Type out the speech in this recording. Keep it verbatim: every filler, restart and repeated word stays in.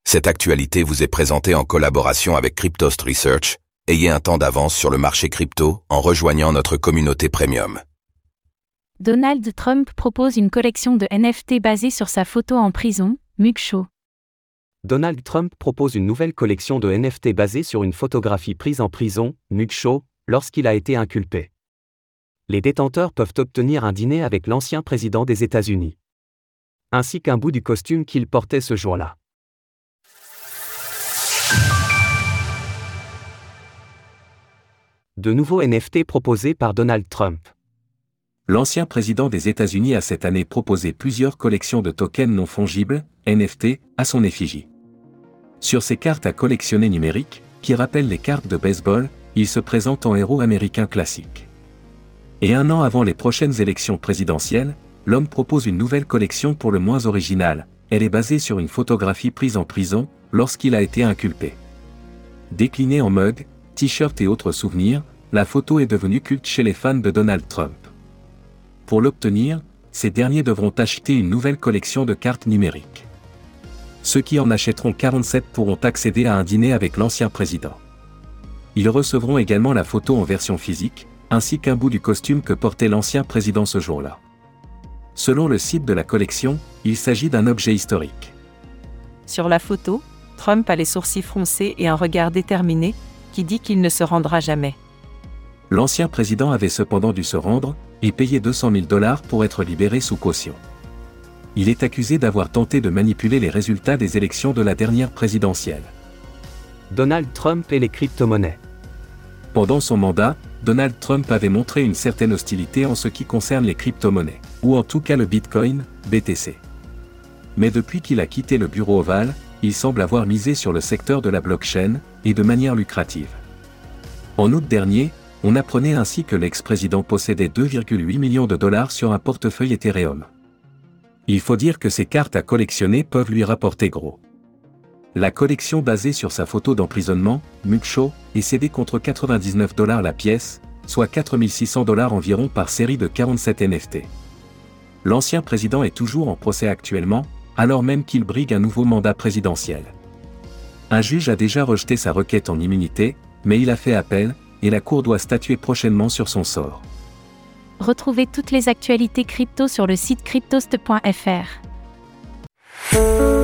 Cette actualité vous est présentée en collaboration avec Cryptost Research. Ayez un temps d'avance sur le marché crypto en rejoignant notre communauté premium. Donald Trump propose une collection de N F T basée sur sa photo en prison, Mugshot. Donald Trump propose une nouvelle collection de N F T basée sur une photographie prise en prison, Mugshot, lorsqu'il a été inculpé. Les détenteurs peuvent obtenir un dîner avec l'ancien président des États-Unis, ainsi qu'un bout du costume qu'il portait ce jour-là. De nouveaux N F T proposés par Donald Trump. L'ancien président des États-Unis a cette année proposé plusieurs collections de tokens non fongibles, N F T, à son effigie. Sur ces cartes à collectionner numériques, qui rappellent les cartes de baseball, il se présente en héros américain classique. Et un an avant les prochaines élections présidentielles, l'homme propose une nouvelle collection pour le moins originale. Elle est basée sur une photographie prise en prison, lorsqu'il a été inculpé. Déclinée en mug, t-shirt et autres souvenirs, la photo est devenue culte chez les fans de Donald Trump. Pour l'obtenir, ces derniers devront acheter une nouvelle collection de cartes numériques. Ceux qui en achèteront quarante-sept pourront accéder à un dîner avec l'ancien président. Ils recevront également la photo en version physique, ainsi qu'un bout du costume que portait l'ancien président ce jour-là. Selon le site de la collection, il s'agit d'un objet historique. Sur la photo, Trump a les sourcils froncés et un regard déterminé, qui dit qu'il ne se rendra jamais. L'ancien président avait cependant dû se rendre, et payer deux cent mille dollars pour être libéré sous caution. Il est accusé d'avoir tenté de manipuler les résultats des élections de la dernière présidentielle. Donald Trump et les crypto-monnaies. Pendant son mandat, Donald Trump avait montré une certaine hostilité en ce qui concerne les crypto-monnaies, ou en tout cas le Bitcoin, B T C. Mais depuis qu'il a quitté le bureau ovale, il semble avoir misé sur le secteur de la blockchain, et de manière lucrative. En août dernier, on apprenait ainsi que l'ex-président possédait deux virgule huit millions de dollars sur un portefeuille Ethereum. Il faut dire que ces cartes à collectionner peuvent lui rapporter gros. La collection basée sur sa photo d'emprisonnement, Mugshot, est cédée contre quatre-vingt-dix-neuf dollars la pièce, soit quatre mille six cents dollars environ par série de quarante-sept N F T. L'ancien président est toujours en procès actuellement, alors même qu'il brigue un nouveau mandat présidentiel. Un juge a déjà rejeté sa requête en immunité, mais il a fait appel, et la Cour doit statuer prochainement sur son sort. Retrouvez toutes les actualités crypto sur le site cryptost point f r.